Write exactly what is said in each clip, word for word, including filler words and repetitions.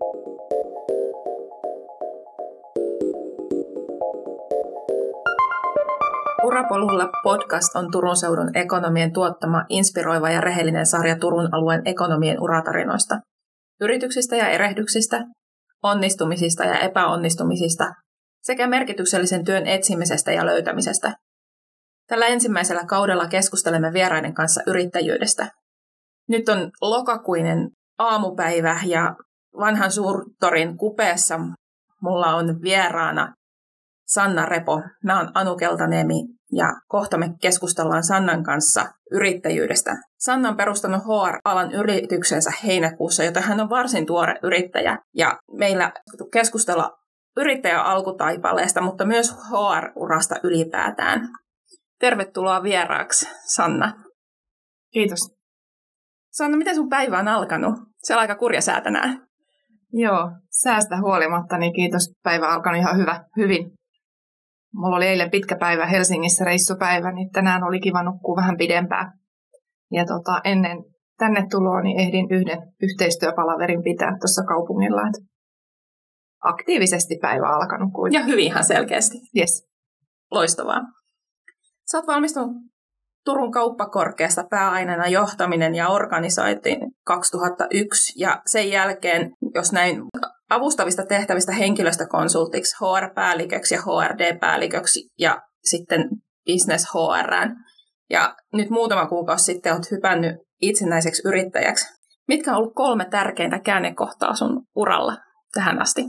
Urapolulla podcast on Turun seudun ekonomien tuottama inspiroiva ja rehellinen sarja Turun alueen ekonomien uratarinoista. Yrityksistä ja erehdyksistä, onnistumisista ja epäonnistumisista sekä merkityksellisen työn etsimisestä ja löytämisestä. Tällä ensimmäisellä kaudella keskustelemme vieraiden kanssa yrittäjyydestä. Nyt on lokakuinen aamupäivä ja vanhan suurtorin kupeessa mulla on vieraana Sanna Repo. Mä oon Anu Keltaniemi ja kohta me keskustellaan Sannan kanssa yrittäjyydestä. Sanna on perustanut H R-alan yrityksensä heinäkuussa, joten hän on varsin tuore yrittäjä. Ja meillä keskustella yrittäjän alkutaipaleesta, mutta myös H R-urasta ylipäätään. Tervetuloa vieraaksi, Sanna. Kiitos. Sanna, miten sun päivä on alkanut? Se on aika kurja sää tänään. Joo, säästä huolimatta, niin kiitos. Päivä on alkanut ihan hyvä, hyvin. Mulla oli eilen pitkä päivä Helsingissä reissupäivä, niin tänään oli kiva nukkua vähän pidempään. Ja tota, ennen tänne tuloa niin ehdin yhden yhteistyöpalaverin pitää tuossa kaupungilla. Et aktiivisesti päivä on alkanut kuitenkin. Ja hyvin ihan selkeästi. Yes. Loistavaa. Sä oot valmistunut Turun kauppakorkeasta pääaineena johtaminen ja organisointi kaksituhattayksi. Ja sen jälkeen, jos näin avustavista tehtävistä henkilöstökonsultiksi, H R-päälliköksi ja H R D-päälliköksi ja sitten business H R:ään. Ja nyt muutama kuukausi sitten olet hypännyt itsenäiseksi yrittäjäksi. Mitkä on ollut kolme tärkeintä käännekohtaa sun uralla tähän asti?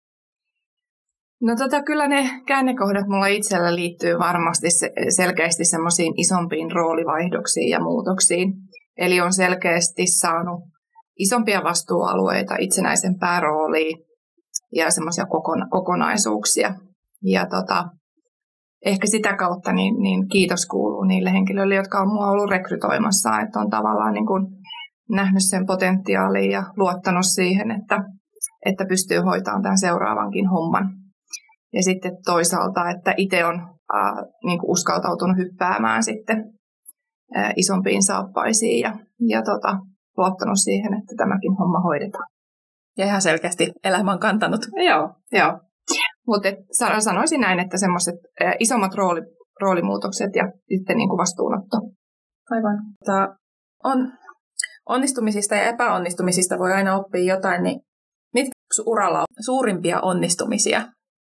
No tota, kyllä ne käännekohdat mulla itsellä liittyy varmasti selkeästi semmoisiin isompiin roolivaihdoksiin ja muutoksiin. Eli on selkeästi saanut isompia vastuualueita, itsenäisempää roolia ja semmoisia kokona- kokonaisuuksia. Ja tota, ehkä sitä kautta niin, niin kiitos kuuluu niille henkilöille, jotka on mua ollut rekrytoimassa, että on tavallaan niin kuin nähnyt sen potentiaalin ja luottanut siihen, että, että pystyy hoitamaan tämän seuraavankin homman. Ja sitten toisaalta, että itse on äh, niin kuin uskaltautunut hyppäämään sitten äh, isompiin saappaisiin ja, ja tota, luottanut siihen, että tämäkin homma hoidetaan. Ja ihan selkeästi elämä on kantanut. Joo, joo. Mutta sanoisin näin, että semmoiset äh, isommat rooli, roolimuutokset ja sitten niin kuin vastuunotto. Aivan. Tämä on, onnistumisista ja epäonnistumisista voi aina oppia jotain, niin mitkä uralla on suurimpia onnistumisia?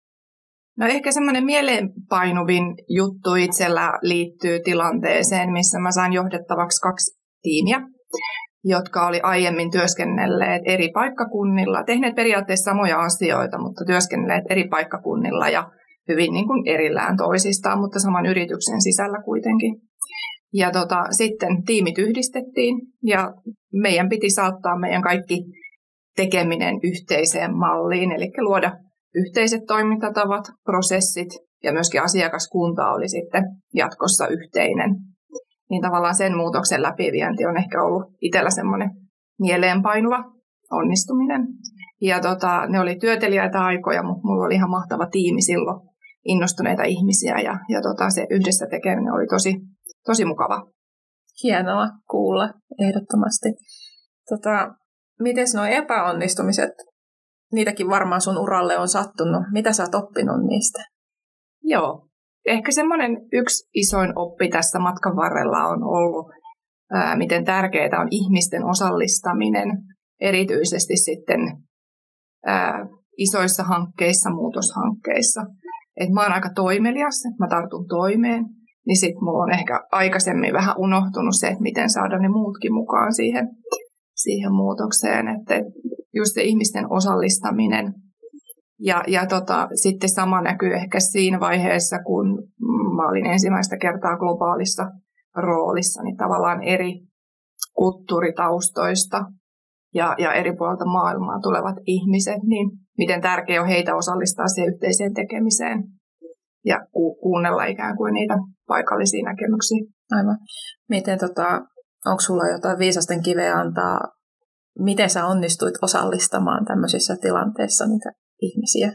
No ehkä semmoinen mieleenpainuvin juttu itsellä liittyy tilanteeseen, missä mä sain johdettavaksi kaksi tiimiä, jotka oli aiemmin työskennelleet eri paikkakunnilla, tehneet periaatteessa samoja asioita, mutta työskennelleet eri paikkakunnilla ja hyvin niin kuin erillään toisistaan, mutta saman yrityksen sisällä kuitenkin. Ja tota, sitten tiimit yhdistettiin ja meidän piti saattaa meidän kaikki tekeminen yhteiseen malliin, eli luoda yhteiset toimintatavat, prosessit ja myöskin asiakaskunta oli sitten jatkossa yhteinen. Niin tavallaan sen muutoksen läpivienti on ehkä ollut itsellä semmoinen mieleenpainuva onnistuminen. Ja tota, ne oli työteliäitä aikoja, mutta mulla oli ihan mahtava tiimi silloin, innostuneita ihmisiä ja, ja tota, se yhdessä tekeminen oli tosi, tosi mukava. Hienoa kuulla, ehdottomasti. Tota, mites nuo epäonnistumiset? Niitäkin varmaan sun uralle on sattunut. Mitä sä oot oppinut niistä? Joo. Ehkä semmoinen yksi isoin oppi tässä matkan varrella on ollut, ää, miten tärkeää on ihmisten osallistaminen, erityisesti sitten ää, isoissa hankkeissa, muutoshankkeissa. Et mä oon aika toimelias, että mä tartun toimeen, niin sitten mulla on ehkä aikaisemmin vähän unohtunut se, että miten saada ne muutkin mukaan siihen, siihen muutokseen. Että just se ihmisten osallistaminen. Ja, ja tota, sitten sama näkyy ehkä siinä vaiheessa, kun mä olin ensimmäistä kertaa globaalissa roolissa, niin tavallaan eri kulttuuritaustoista ja, ja eri puolilta maailmaa tulevat ihmiset, niin miten tärkeää on heitä osallistaa siihen yhteiseen tekemiseen ja ku, kuunnella ikään kuin niitä paikallisia näkemyksiä. Aivan. Miten, tota, onko sulla jotain viisasten kiveä antaa? Miten sä onnistuit osallistamaan tämmöisissä tilanteissa niitä ihmisiä?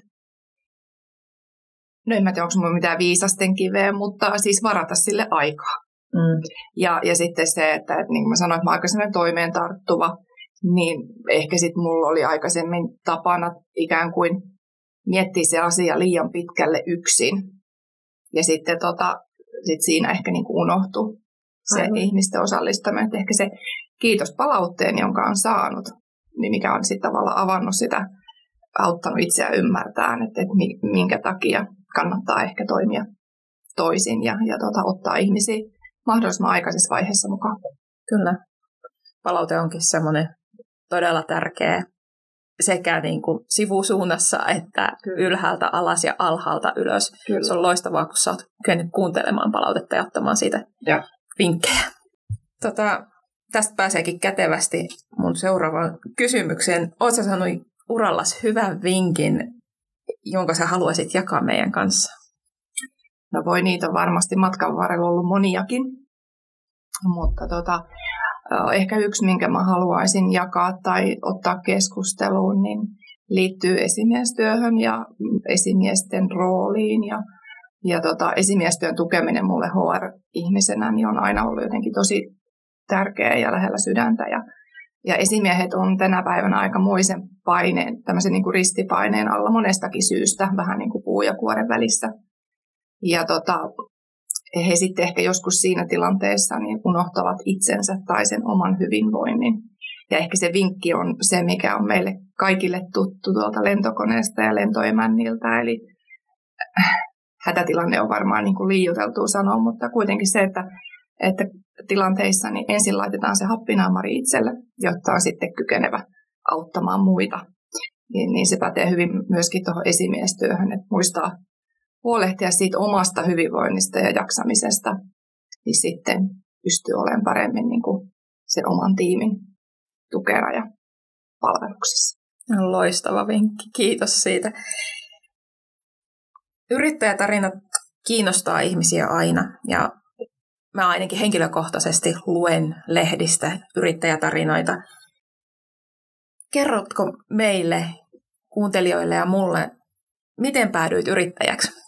No en mä tiedä, onko mulla mitään viisasten kiveä, mutta siis varata sille aikaa. Mm. Ja, ja sitten se, että, että niin kuin mä sanoin, että mä oon aika sellainen toimeen tarttuva, niin ehkä sitten mulla oli aikaisemmin tapana ikään kuin miettiä se asia liian pitkälle yksin. Ja sitten tota, sit siinä ehkä niinku unohtui se Aivan. ihmisten osallistaminen. Että ehkä se kiitos palautteen, jonka on saanut, niin mikä on sitten tavallaan avannut sitä, auttanut itseä ymmärtämään, että, että minkä takia kannattaa ehkä toimia toisin ja, ja tota, ottaa ihmisiä mahdollisimman aikaisessa vaiheessa mukaan. Kyllä. Palaute onkin semmoinen todella tärkeä sekä niin kuin sivusuunnassa että Kyllä. ylhäältä alas ja alhaalta ylös. Kyllä. Se on loistavaa, kun sä oot kyennyt kuuntelemaan palautetta ja ottamaan siitä ja. vinkkejä. Tota, tästä pääseekin kätevästi mun seuraavaan kysymykseen. Ootko sä saanut urallas hyvän vinkin, jonka sä haluaisit jakaa meidän kanssa? No voi, niitä on varmasti matkan varrella ollut moniakin, mutta tota, ehkä yksi, minkä mä haluaisin jakaa tai ottaa keskusteluun, niin liittyy esimiestyöhön ja esimiesten rooliin. Ja, ja tota, esimiestyön tukeminen mulle H R-ihmisenä niin on aina ollut jotenkin tosi tärkeä ja lähellä sydäntä. Ja, ja esimiehet on tänä päivänä aikamoisen paineen, tämmöisen niin kuin ristipaineen alla monestakin syystä, vähän niin kuin puu ja kuoren välissä. Ja tota, he sitten ehkä joskus siinä tilanteessa niin unohtavat itsensä tai sen oman hyvinvoinnin. Ja ehkä se vinkki on se, mikä on meille kaikille tuttu tuolta lentokoneesta ja lentoemänniltä. Eli hätätilanne on varmaan niin kuin liioiteltua sanoa, mutta kuitenkin se, että, että tilanteissa niin ensin laitetaan se happinaamari itselle, jotta on sitten kykenevä auttamaan muita. Niin, niin se pätee hyvin myöskin tuohon esimiestyöhön, että muistaa huolehtia siitä omasta hyvinvoinnista ja jaksamisesta, niin sitten pystyy olemaan paremmin niin kuin sen oman tiimin tukena ja palveluksessa. Loistava vinkki. Kiitos siitä. Yrittäjätarinat kiinnostaa ihmisiä aina, ja mä ainakin henkilökohtaisesti luen lehdistä yrittäjätarinoita. Kerrotko meille, kuuntelijoille ja mulle, miten päädyit yrittäjäksi?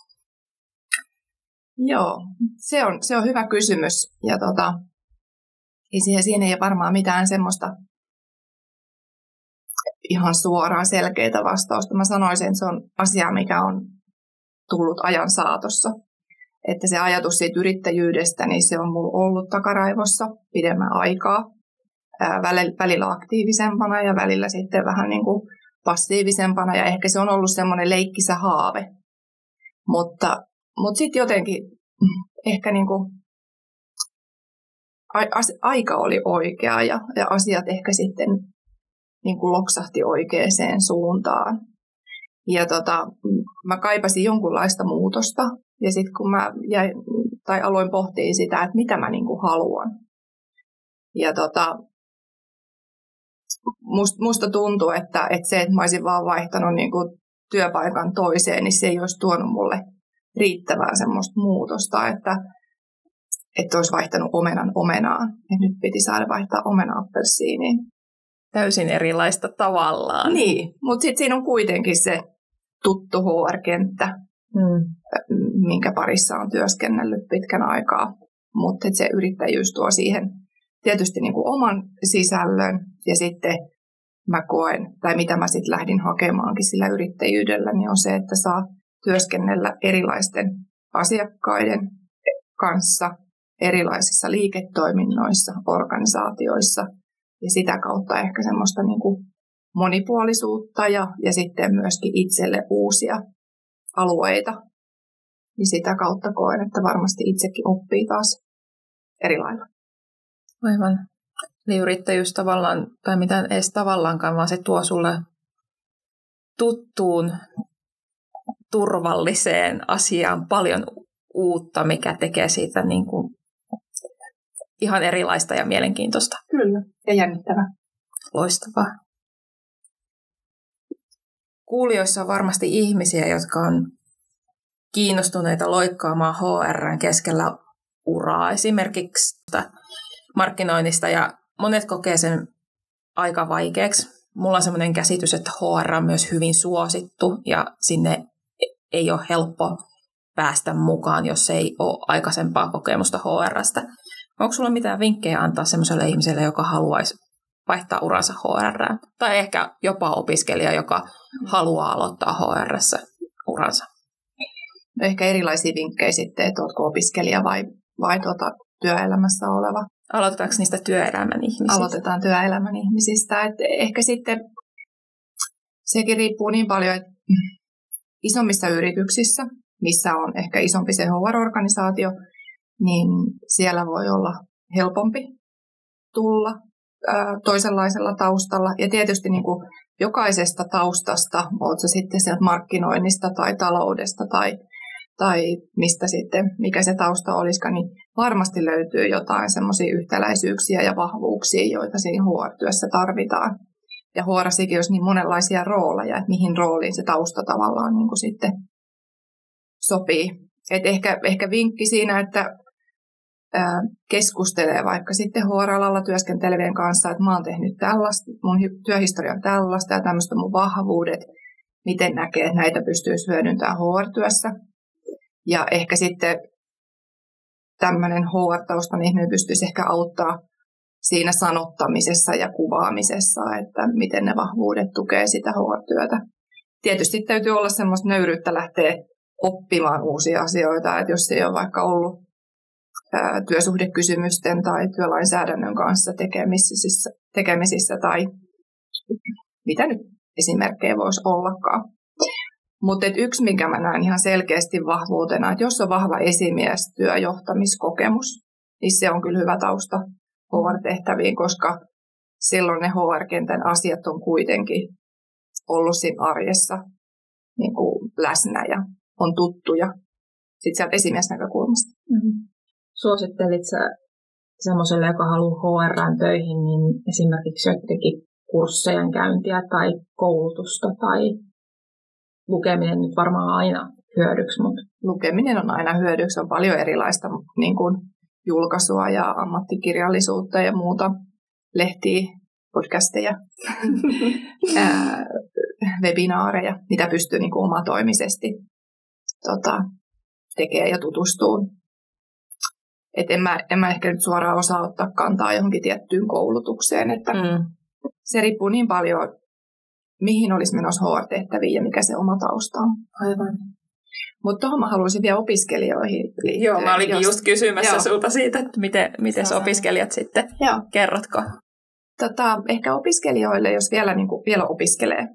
Joo, se on, se on hyvä kysymys. Ja tota, ei siihen, siihen ei ole varmaan mitään semmoista ihan suoraan selkeitä vastausta. Mä sanoisin, että se on asia, mikä on tullut ajan saatossa. Että se ajatus siitä yrittäjyydestä, niin se on mulla ollut takaraivossa pidemmän aikaa. Ää, välillä aktiivisempana ja välillä sitten vähän niin kuin passiivisempana. Ja ehkä se on ollut semmoinen leikkisä haave. Mutta Mutta sitten jotenkin ehkä niinku, aika oli oikea ja, ja asiat ehkä sitten niinku loksahti oikeaan suuntaan. Ja tota, mä kaipasin jonkunlaista muutosta. Ja sitten kun mä jäin, tai aloin pohtia sitä, että mitä mä niinku haluan. Ja tota, must, musta tuntuu, että, että se, että mä olisin vaan vaihtanut niinku työpaikan toiseen, niin se ei olisi tuonut mulle riittävää semmoista muutosta, että, että olisi vaihtanut omenan omenaan. Ja nyt piti saada vaihtaa omena appelsiiniin. Täysin erilaista tavallaan. Niin, mutta sitten siinä on kuitenkin se tuttu H R-kenttä, hmm. minkä parissa on työskennellyt pitkän aikaa. Mutta se yrittäjyys tuo siihen tietysti niin kuin oman sisällön. Ja sitten mä koen, tai mitä mä sitten lähdin hakemaankin sillä yrittäjyydellä, niin on se, että saa työskennellä erilaisten asiakkaiden kanssa, erilaisissa liiketoiminnoissa, organisaatioissa ja sitä kautta ehkä semmoista niin kuin monipuolisuutta ja, ja sitten myöskin itselle uusia alueita. Ja sitä kautta koen, että varmasti itsekin oppii taas eri lailla. Aivan. Eli yrittäjyys tavallaan, tai mitään edes tavallaankaan, vaan se tuo sulle tuttuun turvalliseen asiaan paljon uutta, mikä tekee siitä niin kuin ihan erilaista ja mielenkiintoista. Kyllä, ja jännittävää. Loistavaa. Kuulijoissa on varmasti ihmisiä, jotka on kiinnostuneita loikkaamaan H R:n keskellä uraa, esimerkiksi markkinoinnista, ja monet kokee sen aika vaikeaksi. Mulla on sellainen käsitys, että H R on myös hyvin suosittu, ja sinne ei ole helppo päästä mukaan, jos ei ole aikaisempaa kokemusta H R:stä. Onko sulla mitään vinkkejä antaa sellaiselle ihmiselle, joka haluaisi vaihtaa uransa H R:ään. Tai ehkä jopa opiskelija, joka haluaa aloittaa H R:ssä uransa. No ehkä erilaisia vinkkejä sitten, että oletko opiskelija vai, vai tuota, työelämässä oleva. Aloitetaanko niistä työelämän ihmisistä? Aloitetaan työelämän ihmisistä. Et ehkä sitten sekin riippuu niin paljon, että isommissa yrityksissä, missä on ehkä isompi se H R-organisaatio, niin siellä voi olla helpompi tulla ää, toisenlaisella taustalla. Ja tietysti niin kuin jokaisesta taustasta, olet sä sitten sieltä markkinoinnista tai taloudesta tai, tai mistä sitten, mikä se tausta olisikaan, niin varmasti löytyy jotain semmoisia yhtäläisyyksiä ja vahvuuksia, joita siinä H R-työssä tarvitaan. Ja H R:ssäkin olisi niin monenlaisia rooleja, että mihin rooliin se tausta tavallaan niin kuin sitten sopii. Et ehkä, ehkä vinkki siinä, että ää, keskustelee vaikka sitten H R-alalla työskentelevien kanssa, että mä oon tehnyt tällaista, mun työhistoria on tällaista ja tämmöistä mun vahvuudet, miten näkee, että näitä pystyisi hyödyntämään H R-työssä. Ja ehkä sitten tämmöinen H R-taustan ihminen pystyisi ehkä auttaa siinä sanottamisessa ja kuvaamisessa, että miten ne vahvuudet tukee sitä H R-työtä. Tietysti täytyy olla semmoista nöyryyttä lähteä oppimaan uusia asioita, että jos ei ole vaikka ollut ää, työsuhdekysymysten tai työlainsäädännön kanssa tekemisissä, tekemisissä tai mitä nyt esimerkkejä voisi ollakaan. Mutta yksi, minkä mä näen ihan selkeästi vahvuutena, että jos on vahva esimies työjohtamiskokemus, niin se on kyllä hyvä tausta H R-tehtäviin, koska silloin ne H R-kentän asiat on kuitenkin ollut siinä arjessa niin kuin läsnä ja on tuttuja sitten sieltä esimiesnäkökulmasta. Mm-hmm. Suosittelit sä semmoiselle, joka haluaa H R:ään töihin, niin esimerkiksi jotenkin kurssejen käyntiä tai koulutusta tai lukeminen nyt varmaan aina hyödyksi? Mutta lukeminen on aina hyödyksi. On paljon erilaista niin kuin julkaisua ja ammattikirjallisuutta ja muuta, lehtiä, podcasteja, ää, webinaareja, mitä pystyy niin kuin omatoimisesti tota, tekemään ja tutustumaan. Et en, mä, en mä ehkä nyt suoraan osaa ottaa kantaa johonkin tiettyyn koulutukseen, että mm. se riippuu niin paljon, mihin olisi menossa H R-tehtäviin ja mikä se oma tausta on. Aivan. Mutta tuohon mä haluaisin vielä opiskelijoihin liittyen. Joo, mä olinkin just kysymässä Joo. sulta siitä, että miten, miten opiskelijat sitten, Joo. kerrotko? Tota, ehkä opiskelijoille, jos vielä, niin kuin, vielä opiskelee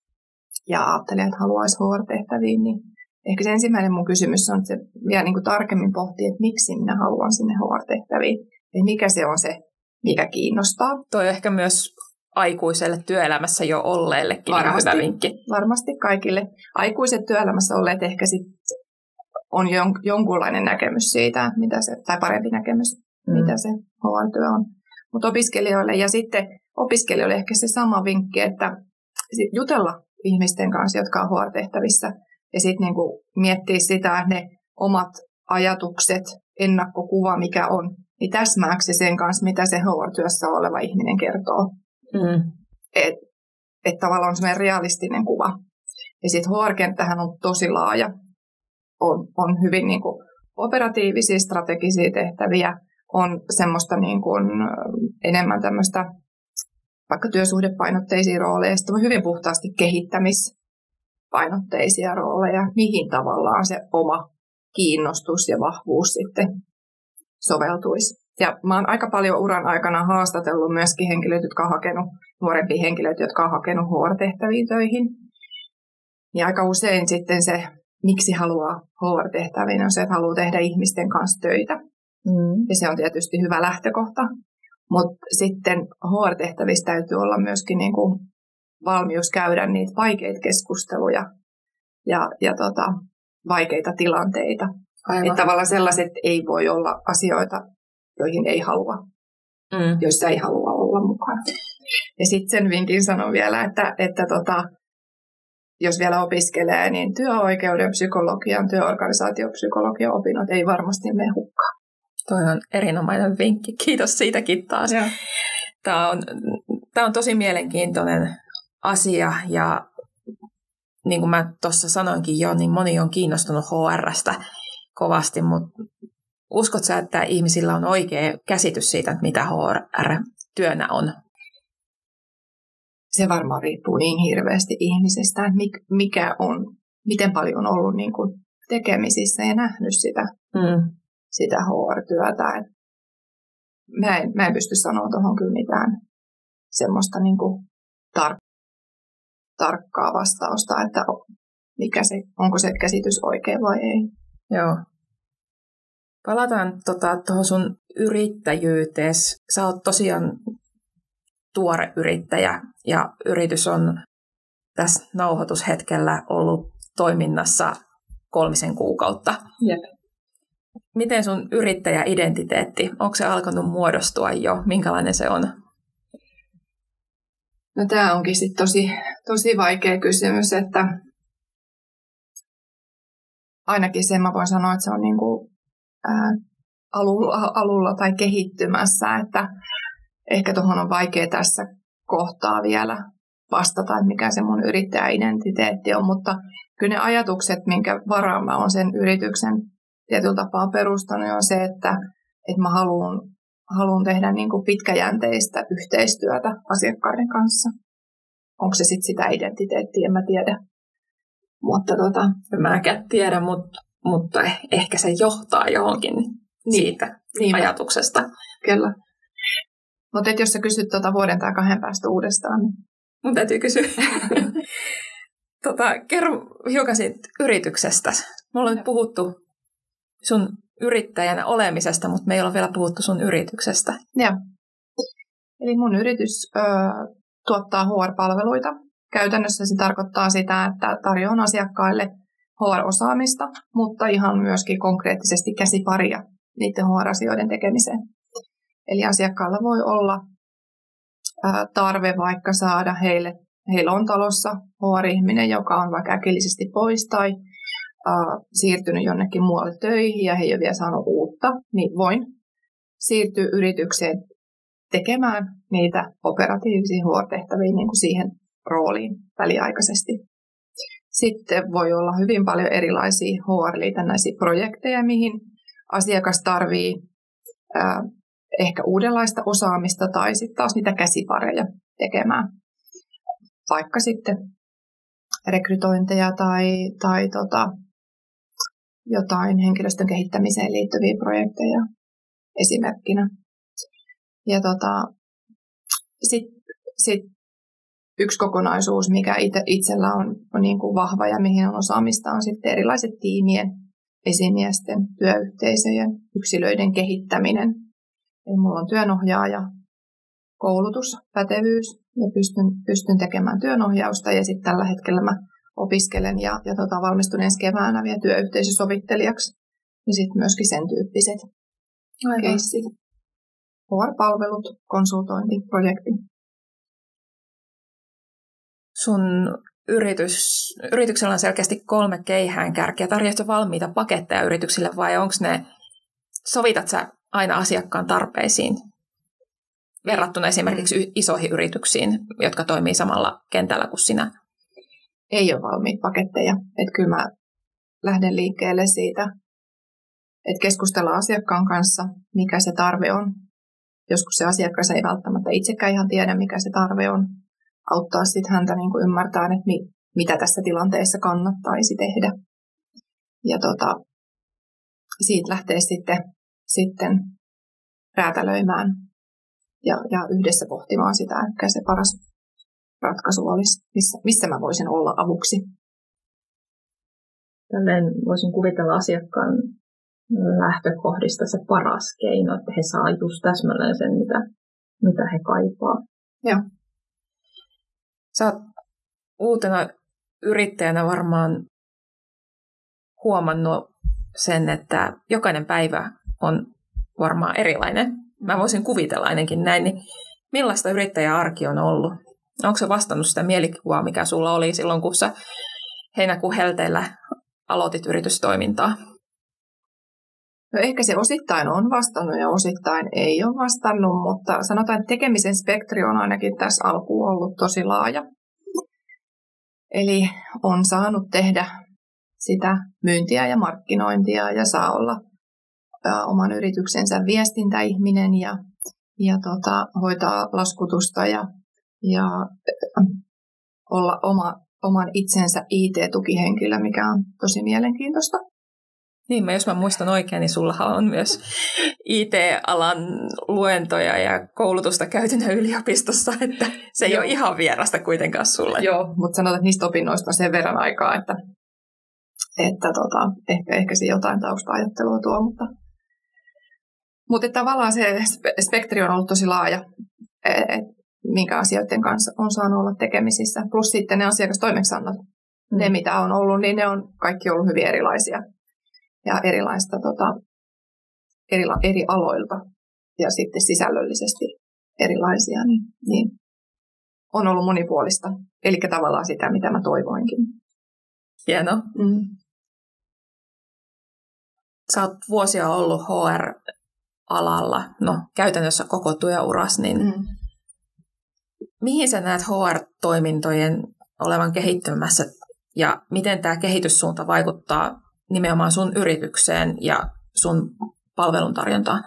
ja ajattelee, että haluaisi H R-tehtäviin, niin ehkä se ensimmäinen mun kysymys on, että se vielä niin kuin tarkemmin pohtii, että miksi minä haluan sinne H R-tehtäviin. Ja mikä se on se, mikä kiinnostaa. Toi on ehkä myös aikuiselle työelämässä jo olleillekin varmasti, hyvä vinkki. Varmasti kaikille. Aikuiset työelämässä olleet ehkä sit on jon- jonkunlainen näkemys siitä, mitä se, tai parempi näkemys, mm. mitä se H R-työ on. Mutta opiskelijoille ja sitten opiskelijoille ehkä se sama vinkki, että jutella ihmisten kanssa, jotka on H R-tehtävissä, ja sitten niinku miettiä sitä, että ne omat ajatukset, ennakkokuva, mikä on, niin täsmääkö se sen kanssa, mitä se H R-työssä oleva ihminen kertoo. Mm. Että et tavallaan on semmoinen realistinen kuva. Ja sitten H R-kenttähän on tosi laaja. On, on hyvin niinku operatiivisia, strategisia tehtäviä. On semmoista niinku, enemmän tämmöistä vaikka työsuhdepainotteisia rooleja. Sitten on hyvin puhtaasti kehittämispainotteisia rooleja. Mihin tavallaan se oma kiinnostus ja vahvuus sitten soveltuisi. Ja mä oon aika paljon uran aikana haastatellut myöskin henkilöitä, jotka on hakenut, nuorempia henkilöitä, jotka on hakenut H R-tehtäviin töihin. Ja aika usein sitten se, miksi haluaa H R-tehtäviin, on se, että haluaa tehdä ihmisten kanssa töitä. Mm. Ja se on tietysti hyvä lähtökohta. Mutta sitten H R-tehtävissä täytyy olla myöskin niin kuin valmius käydä niitä vaikeita keskusteluja ja, ja tota, vaikeita tilanteita. Aivan. Että tavallaan sellaiset ei voi olla asioita, joihin ei halua, mm. joissa ei halua olla mukana. Ja sitten sen vinkin sanon vielä, että, että tota, jos vielä opiskelee, niin työoikeuden, psykologian, työorganisaatiopsykologian opinnot ei varmasti mene hukkaan. Toi on erinomainen vinkki. Kiitos siitäkin taas. Ja. Tämä on, tämä on tosi mielenkiintoinen asia ja niin kuin mä tuossa sanoinkin jo, niin moni on kiinnostunut H R:stä kovasti, mutta uskot sä, että ihmisillä on oikea käsitys siitä, mitä H R-työnä on? se varmaan riippuu niin hirveästi ihmisestä, että mikä on, miten paljon on ollut niin kuin tekemisissä ja nähnyt sitä, mm. sitä H R-työtä. Et mä, en, mä en pysty sanoa tuohon kyllä mitään semmoista niin kuin tar- tarkkaa vastausta, että mikä se, onko se käsitys oikein vai ei. Joo. Palataan tuohon tota, sun yrittäjyyteesi. Sä oot tosiaan tuore yrittäjä ja yritys on tässä nauhoitushetkellä ollut toiminnassa kolmisen kuukautta. Jep. Miten sun yrittäjäidentiteetti, onko se alkanut muodostua jo? Minkälainen se on? No tämä onkin sitten tosi, tosi vaikea kysymys, että ainakin sen mä voin sanoa, että se on niinku, ää, alulla, alulla tai kehittymässä, että ehkä tuohon on vaikea tässä kohtaa vielä vastata, että mikä se mun yrittäjäidentiteetti on, mutta kyllä ne ajatukset, minkä varaan mä oon sen yrityksen tietyllä tapaa perustanut, on se, että, että mä haluan, haluan tehdä niin kuin pitkäjänteistä yhteistyötä asiakkaiden kanssa. Onko se sitten sitä identiteettiä, en mä tiedä. Mutta tota, en mäkään tiedä, mutta, mutta ehkä se johtaa johonkin niin, siitä niin, ajatuksesta. Kyllä. Mutta jos sä kysyt tuota vuoden tai kahden päästä uudestaan. Niin... Mun täytyy kysyä. tota, kerro hiukan siitä yrityksestä. Me ollaan nyt puhuttu sun yrittäjänä olemisesta, mutta me ei ole vielä puhuttu sun yrityksestä. Joo. Eli mun yritys ö, tuottaa H R-palveluita. Käytännössä se tarkoittaa sitä, että tarjoan asiakkaille H R-osaamista, mutta ihan myöskin konkreettisesti käsiparia niiden H R-asioiden tekemiseen. Eli asiakkaalla voi olla ää, tarve vaikka saada heille, heillä on talossa H R-ihminen, joka on vaikka äkillisesti pois tai ää, siirtynyt jonnekin muualle töihin ja he ei ole vielä saanut uutta, niin voin siirtyä yritykseen tekemään niitä operatiivisia H R-tehtäviä niin kuin siihen rooliin väliaikaisesti. Sitten voi olla hyvin paljon erilaisia H R-liitännäisiä projekteja, mihin asiakas tarvitsee ää, ehkä uudenlaista osaamista tai sitten taas niitä käsipareja tekemään. Vaikka sitten rekrytointeja tai, tai tota, jotain henkilöstön kehittämiseen liittyviä projekteja esimerkkinä. Ja tota, sitten sit yksi kokonaisuus, mikä ite, itsellä on, on niin kuin vahva ja mihin on osaamista, on sitten erilaiset tiimien, esimiesten, työyhteisöjen, yksilöiden kehittäminen. Eli mulla on työnohjaaja, koulutus, pätevyys ja pystyn, pystyn tekemään työnohjausta ja sitten tällä hetkellä mä opiskelen ja, ja tota, valmistun ensi keväänä vielä työyhteisösovittelijaksi ja sitten myöskin sen tyyppiset keissit. H R-palvelut, konsultointi, projekti. Sun yritys, yrityksellä on selkeästi kolme keihäänkärkeä. Tarjoatko valmiita paketteja yrityksille vai onko ne, sovitat sä aina asiakkaan tarpeisiin verrattuna esimerkiksi isoihin yrityksiin, jotka toimii samalla kentällä kuin sinä? Ei ole valmiita paketteja. Että kyllä mä lähden liikkeelle siitä, että keskustellaan asiakkaan kanssa, mikä se tarve on. Joskus se asiakas ei välttämättä itsekään ihan tiedä, mikä se tarve on. Auttaa sitten häntä niin kuin ymmärtämään, että mi, mitä tässä tilanteessa kannattaisi tehdä. Ja tota, siitä lähtee sitten, sitten räätälöimään ja, ja yhdessä pohtimaan sitä, mikä se paras ratkaisu olisi, missä, missä mä voisin olla avuksi. Tälleen voisin kuvitella asiakkaan lähtökohdista se paras keino, että he saa just täsmälleen sen, mitä, mitä he kaipaa. Joo. Sä oot uutena yrittäjänä varmaan huomannut sen, että jokainen päivä on varmaan erilainen. Mä voisin kuvitella ainakin näin. Niin millaista yrittäjäarki on ollut? Onko se vastannut sitä mielikuvaa, mikä sulla oli silloin, kun sä heinäkuun helteillä aloitit yritystoimintaa? No ehkä se osittain on vastannut ja osittain ei ole vastannut, mutta sanotaan, että tekemisen spektri on ainakin tässä alkuun ollut tosi laaja. Eli on saanut tehdä sitä myyntiä ja markkinointia ja saa olla ä, oman yrityksensä viestintäihminen ja, ja tota, hoitaa laskutusta ja ja olla oma, oman itsensä I T-tukihenkilö, mikä on tosi mielenkiintoista. Niin, mä, jos mä muistan oikein, niin sullahan on myös I T-alan luentoja ja koulutusta käytynä yliopistossa, että se ei Joo. ole ihan vierasta kuitenkaan sulle. Joo, mutta sanotaan, että niistä opinnoista on sen verran aikaa, että, että tota, ehkä, ehkä se jotain tausta-ajattelua tuo, mutta, mutta tavallaan se spektri on ollut tosi laaja, et, minkä asioiden kanssa on saanut olla tekemisissä. Plus sitten ne asiakastoimeksiannot, mm. ne mitä on ollut, niin ne on kaikki ollut hyvin erilaisia. Ja erilaista tota, eri, eri aloilta ja sitten sisällöllisesti erilaisia, niin, niin on ollut monipuolista. Eli tavallaan sitä, mitä mä toivoinkin. Hienoa. Mm. Sä oot vuosia ollut H R-alalla, no käytännössä koko työuras, niin mm. mihin sä näet H R-toimintojen olevan kehittymässä ja miten tämä kehityssuunta vaikuttaa nimenomaan sun yritykseen ja sun palveluntarjontaan?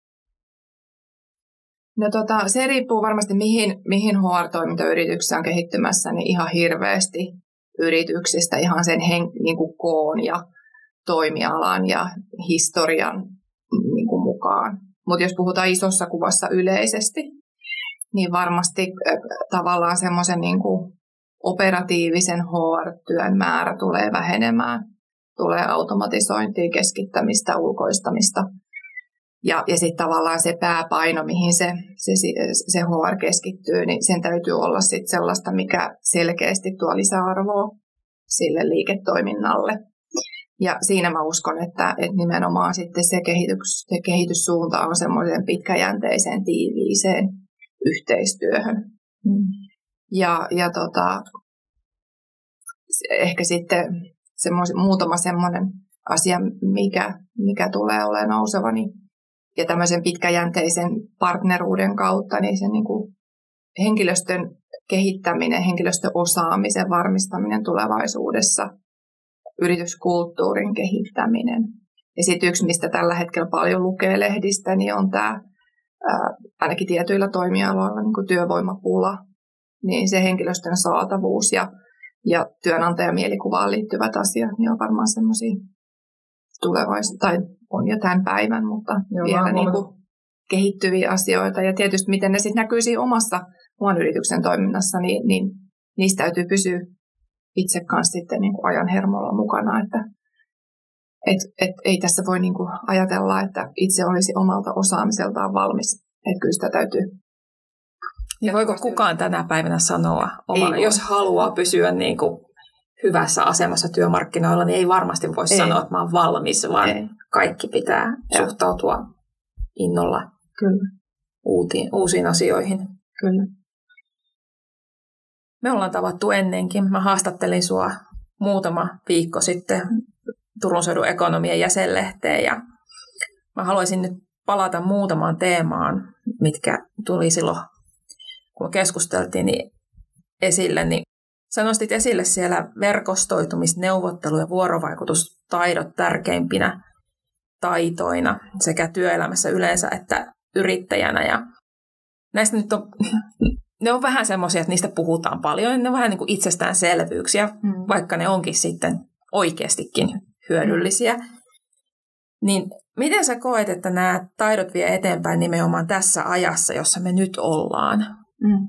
No tota, se riippuu varmasti mihin, mihin H R-toiminta yrityksessä on kehittymässä, niin ihan hirveästi yrityksistä, ihan sen hen, niin kuin koon ja toimialan ja historian niin kuin mukaan. Mutta jos puhutaan isossa kuvassa yleisesti, niin varmasti äh, tavallaan semmoisen niin kuin operatiivisen H R-työn määrä tulee vähenemään. Tulee automatisointia, keskittämistä, ulkoistamista. Ja, ja sitten tavallaan se pääpaino, mihin se, se, se H R keskittyy, niin sen täytyy olla sit sellaista, mikä selkeästi tuo lisäarvoa sille liiketoiminnalle. Ja siinä mä uskon, että, että nimenomaan sitten se, kehitys, se kehityssuunta on semmoiseen pitkäjänteiseen, tiiviiseen yhteistyöhön. Mm. Ja, ja tota, ehkä sitten Semmois, muutama semmoinen asia, mikä, mikä tulee olemaan nouseva, niin, ja tämmöisen pitkäjänteisen partneruuden kautta, niin sen niin kuin henkilöstön kehittäminen, henkilöstön osaamisen varmistaminen tulevaisuudessa, yrityskulttuurin kehittäminen. Ja sitten yksi, mistä tällä hetkellä paljon lukee lehdistä, niin on tämä, ää, ainakin tietyillä toimialoilla, niin kuin työvoimapula, niin se henkilöstön saatavuus ja Ja työnantajamielikuvaan liittyvät asiat, niin on varmaan semmoisia tulevaisuutta, tai on jo tämän päivän, mutta Joo, vielä niin kuin kehittyviä asioita. Ja tietysti miten ne sitten näkyy siinä omassa oman yrityksen toiminnassa, niin, niin niistä täytyy pysyä itse kanssa sitten niin kuin ajan hermolla mukana. Että et, et, ei tässä voi niin kuin ajatella, että itse olisi omalta osaamiseltaan valmis. Että kyllä sitä täytyy. Niin voiko kukaan tänä päivänä sanoa, oma, jos haluaa pysyä niin kuin hyvässä asemassa työmarkkinoilla, niin ei varmasti voi ei. sanoa, että mä oon valmis, vaan ei. kaikki pitää ja. suhtautua innolla Kyllä. Uutiin, uusiin asioihin. Kyllä. Me ollaan tavattu ennenkin. Mä haastattelin sua muutama viikko sitten Turun seudun ekonomien jäsenlehteen ja mä haluaisin nyt palata muutamaan teemaan, mitkä tuli silloin kun keskusteltiin niin esille, niin sä nostit esille siellä verkostoitumisneuvottelu- ja vuorovaikutustaidot tärkeimpinä taitoina sekä työelämässä yleensä että yrittäjänä. Ja näistä nyt on, ne on vähän semmoisia, että niistä puhutaan paljon. Ne on vähän niin kuin itsestäänselvyyksiä, mm. vaikka ne onkin sitten oikeastikin hyödyllisiä. Niin miten sä koet, että nämä taidot vie eteenpäin nimenomaan tässä ajassa, jossa me nyt ollaan? Mm.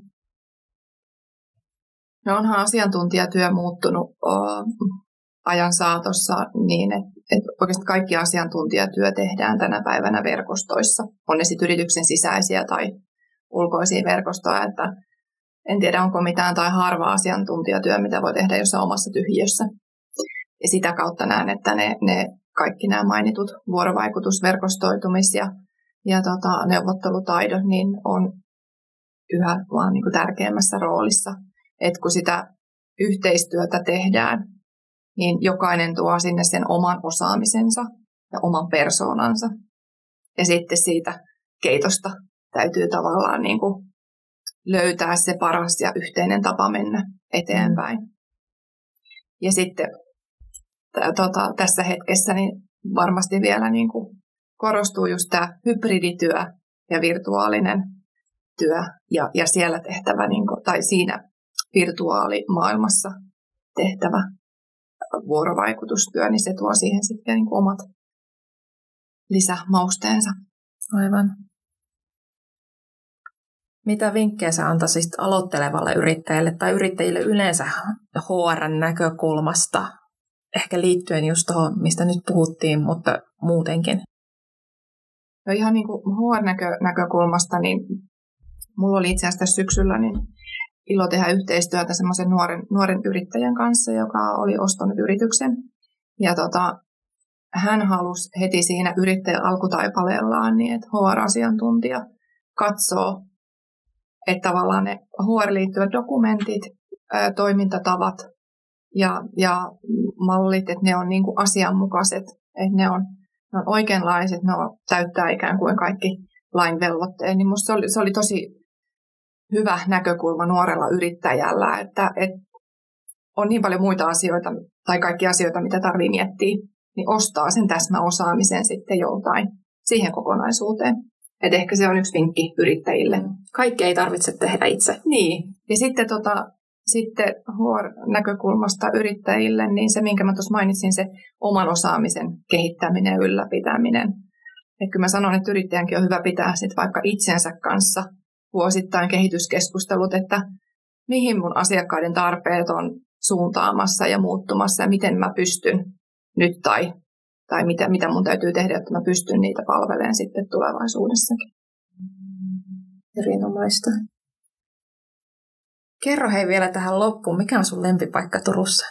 No onhan asiantuntijatyö muuttunut o, ajan saatossa niin, että, että oikeastaan kaikki asiantuntijatyö tehdään tänä päivänä verkostoissa. On ne sitten yrityksen sisäisiä tai ulkoisia verkostoja, että en tiedä onko mitään tai harva asiantuntijatyö, mitä voi tehdä jossain omassa tyhjiössä. Ja sitä kautta näen, että ne, ne kaikki nämä mainitut vuorovaikutus, verkostoitumis ja, ja tota, neuvottelutaidot niin on yhä vaan niin kuin tärkeämmässä roolissa. Et kun sitä yhteistyötä tehdään, niin jokainen tuo sinne sen oman osaamisensa ja oman persoonansa. Ja sitten siitä keitosta täytyy tavallaan niin kuin löytää se paras ja yhteinen tapa mennä eteenpäin. Ja sitten t- tota, tässä hetkessä niin varmasti vielä niin kuin korostuu just tämä hybridityö ja virtuaalinen työ ja, ja siellä tehtävä, niin kuin, tai siinä virtuaalimaailmassa tehtävä vuorovaikutustyö, niin se tuo siihen sitten niin kuin omat lisämausteensa. Aivan. Mitä vinkkejä sä antaisit aloittelevalle yrittäjälle tai yrittäjille yleensä H R:n näkökulmasta? Ehkä liittyen just tuohon, mistä nyt puhuttiin, mutta muutenkin. No ihan niin kuin H R-näkökulmasta, niin mulla oli itse asiassa syksyllä niin ilo tehdä yhteistyötä semmoisen nuoren, nuoren yrittäjän kanssa, joka oli ostanut yrityksen. Ja tota, hän halusi heti siinä yrittäjän alkutaipaleellaan, niin että H R-asiantuntija katsoo, että tavallaan ne H R-liittyvät dokumentit, ää, toimintatavat ja, ja mallit, että ne on niin kuin asianmukaiset, että ne on, ne on oikeanlaiset, ne on, täyttää ikään kuin kaikki lain velvoitteet. Niin musta se oli, se oli tosi hyvä näkökulma nuorella yrittäjällä, että, että on niin paljon muita asioita tai kaikki asioita, mitä tarvii miettiä, niin ostaa sen täsmäosaamisen sitten joltain siihen kokonaisuuteen. Et ehkä se on yksi vinkki yrittäjille. Kaikki ei tarvitse tehdä itse. Niin. Ja sitten, tota, sitten H R-näkökulmasta yrittäjille, niin se, minkä mä tuossa mainitsin, se oman osaamisen kehittäminen ja ylläpitäminen. Että kyllä mä sanon, että yrittäjänkin on hyvä pitää sit vaikka itsensä kanssa vuosittain kehityskeskustelut, että mihin mun asiakkaiden tarpeet on suuntaamassa ja muuttumassa ja miten mä pystyn nyt tai, tai mitä, mitä mun täytyy tehdä, että mä pystyn niitä palvelemaan sitten tulevaisuudessakin. Erinomaista. Kerro hei vielä tähän loppuun, mikä on sun lempipaikka Turussa?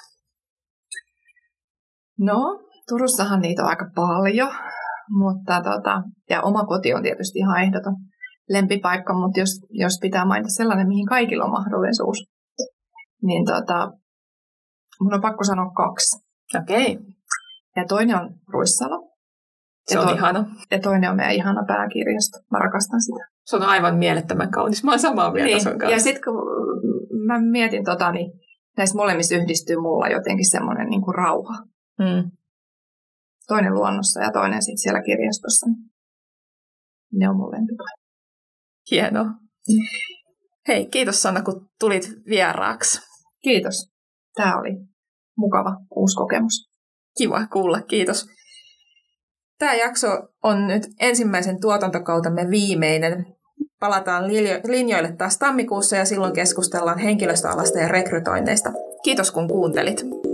No, Turussahan niitä on aika paljon, mutta tota, ja oma koti on tietysti ihan ehdoton lempipaikka, mutta jos, jos pitää mainita sellainen, mihin kaikilla on mahdollisuus, niin tota, mun on pakko sanoa kaksi. Okei. Okay. Ja toinen on Ruissalo. Se on to- ihana. Ja toinen on meidän ihana pääkirjasto. Mä rakastan sitä. Se on aivan mielettömän kaunis. Mä oon samaa mieltä niin. sun kanssa. Ja sitten kun mä mietin, tota, niin näissä molemmissa yhdistyy mulla jotenkin semmoinen niin kuin rauha. Hmm. Toinen luonnossa ja toinen sitten siellä kirjastossa. Ne on mun lempipaikka. Hienoa. Hei, kiitos Sanna, kun tulit vieraaksi. Kiitos. Tämä oli mukava uusi kokemus. Kiva kuulla, kiitos. Tämä jakso on nyt ensimmäisen tuotantokautemme viimeinen. Palataan linjoille taas tammikuussa ja silloin keskustellaan henkilöstöalasta ja rekrytoinneista. Kiitos kun kuuntelit.